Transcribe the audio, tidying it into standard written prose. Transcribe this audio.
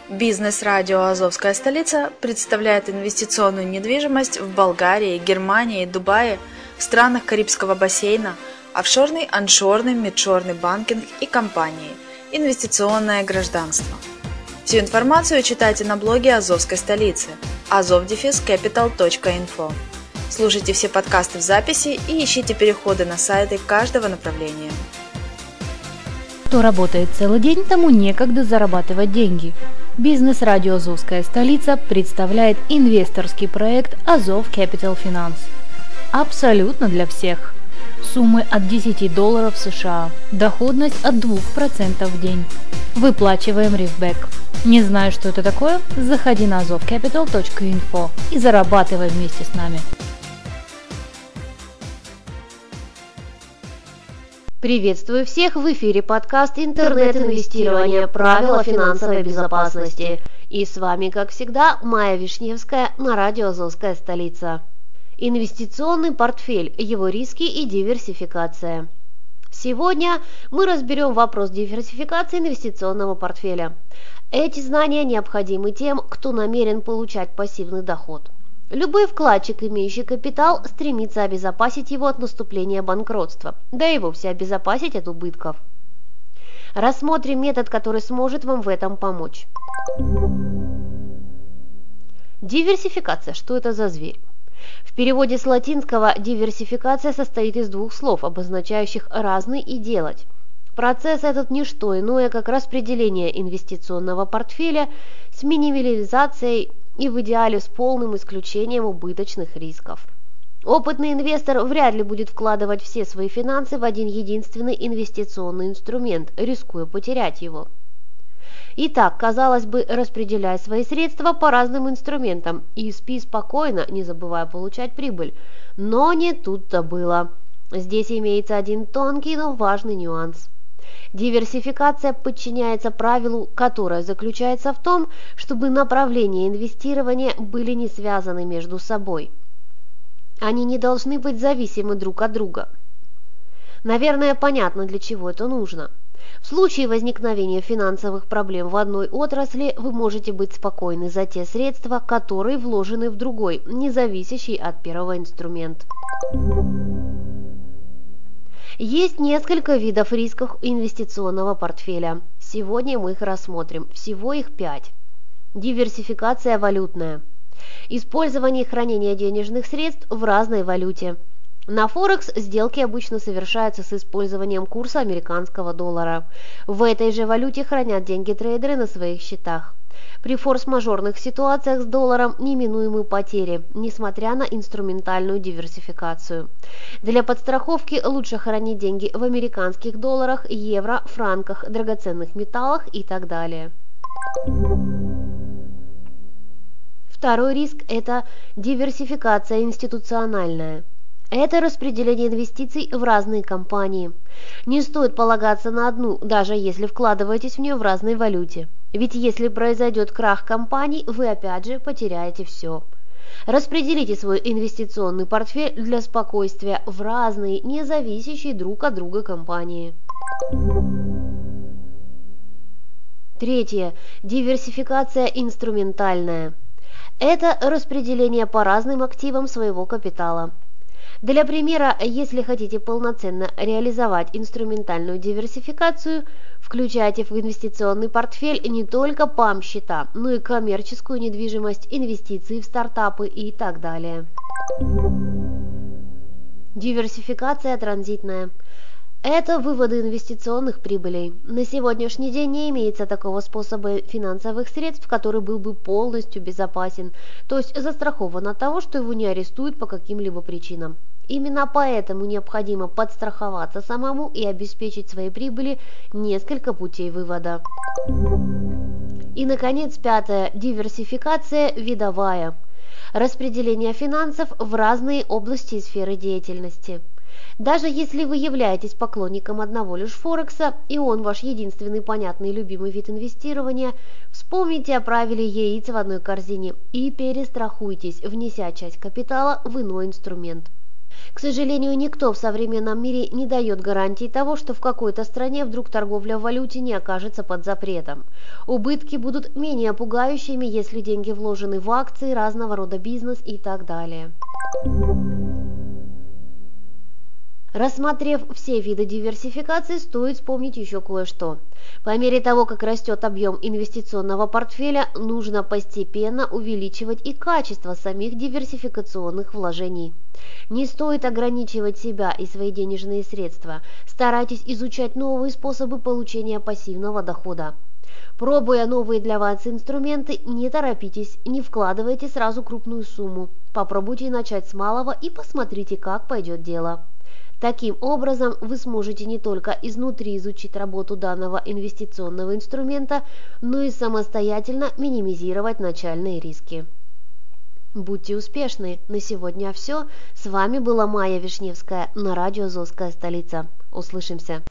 Бизнес-радио «Азовская столица» представляет инвестиционную недвижимость в Болгарии, Германии, Дубае, в странах Карибского бассейна, офшорный, аншорный, мидшорный банкинг и компании, инвестиционное гражданство. Всю информацию читайте на блоге «Азовской столицы» azov-capital.info. Слушайте все подкасты в записи и ищите переходы на сайты каждого направления. Кто работает целый день, тому некогда зарабатывать деньги. Бизнес-радио «Азовская столица» представляет инвесторский проект Azov Capital Finance. Абсолютно для всех. Суммы от $10 США. Доходность от 2% в день. Выплачиваем рифбэк. Не знаешь, что это такое? Заходи на azov-capital.info и зарабатывай вместе с нами. Приветствую всех! В эфире подкаст «Интернет-инвестирование. Правила финансовой безопасности». И с вами, как всегда, Майя Вишневская на радио «Азовская столица». Инвестиционный портфель, его риски и диверсификация. Сегодня мы разберем вопрос диверсификации инвестиционного портфеля. Эти знания необходимы тем, кто намерен получать пассивный доход. Любой вкладчик, имеющий капитал, стремится обезопасить его от наступления банкротства, да и вовсе обезопасить от убытков. Рассмотрим метод, который сможет вам в этом помочь. Диверсификация. Что это за зверь? В переводе с латинского диверсификация состоит из двух слов, обозначающих «разный» и «делать». Процесс этот не что иное, как распределение инвестиционного портфеля с минимализацией и в идеале с полным исключением убыточных рисков. Опытный инвестор вряд ли будет вкладывать все свои финансы в один единственный инвестиционный инструмент, рискуя потерять его. Итак, казалось бы, распределяй свои средства по разным инструментам и спи спокойно, не забывая получать прибыль. Но не тут-то было. Здесь имеется один тонкий, но важный нюанс. Диверсификация подчиняется правилу, которое заключается в том, чтобы направления инвестирования были не связаны между собой. Они не должны быть зависимы друг от друга. Наверное, понятно, для чего это нужно. В случае возникновения финансовых проблем в одной отрасли вы можете быть спокойны за те средства, которые вложены в другой, не зависящий от первого инструмент. Есть несколько видов рисков инвестиционного портфеля. Сегодня мы их рассмотрим. Всего их 5. Диверсификация валютная. Использование и хранение денежных средств в разной валюте. На Форекс сделки обычно совершаются с использованием курса американского доллара. В этой же валюте хранят деньги трейдеры на своих счетах. При форс-мажорных ситуациях с долларом неминуемы потери, несмотря на инструментальную диверсификацию. Для подстраховки лучше хранить деньги в американских долларах, евро, франках, драгоценных металлах и так далее. Второй риск – это диверсификация институциональная. Это распределение инвестиций в разные компании. Не стоит полагаться на одну, даже если вкладываетесь в нее в разной валюте. Ведь если произойдет крах компаний, вы опять же потеряете все. Распределите свой инвестиционный портфель для спокойствия в разные, не зависящие друг от друга компании. Третье. Диверсификация инструментальная. Это распределение по разным активам своего капитала. Для примера, если хотите полноценно реализовать инструментальную диверсификацию, включайте в инвестиционный портфель не только ПАМ-счета, но и коммерческую недвижимость, инвестиции в стартапы и так далее. Диверсификация транзитная. Это выводы инвестиционных прибылей. На сегодняшний день не имеется такого способа финансовых средств, который был бы полностью безопасен, то есть застрахован от того, что его не арестуют по каким-либо причинам. Именно поэтому необходимо подстраховаться самому и обеспечить своей прибыли несколько путей вывода. И, наконец, пятое. Диверсификация видовая. Распределение финансов в разные области и сферы деятельности. Даже если вы являетесь поклонником одного лишь Форекса, и он ваш единственный понятный и любимый вид инвестирования, вспомните о правиле яиц в одной корзине и перестрахуйтесь, внеся часть капитала в иной инструмент. К сожалению, никто в современном мире не дает гарантии того, что в какой-то стране вдруг торговля в валюте не окажется под запретом. Убытки будут менее пугающими, если деньги вложены в акции, разного рода бизнес и так далее. Рассмотрев все виды диверсификации, стоит вспомнить еще кое-что. По мере того, как растет объем инвестиционного портфеля, нужно постепенно увеличивать и качество самих диверсификационных вложений. Не стоит ограничивать себя и свои денежные средства. Старайтесь изучать новые способы получения пассивного дохода. Пробуя новые для вас инструменты, не торопитесь, не вкладывайте сразу крупную сумму. Попробуйте начать с малого и посмотрите, как пойдет дело. Таким образом, вы сможете не только изнутри изучить работу данного инвестиционного инструмента, но и самостоятельно минимизировать начальные риски. Будьте успешны! На сегодня все. С вами была Майя Вишневская на радио «Азовская столица». Услышимся!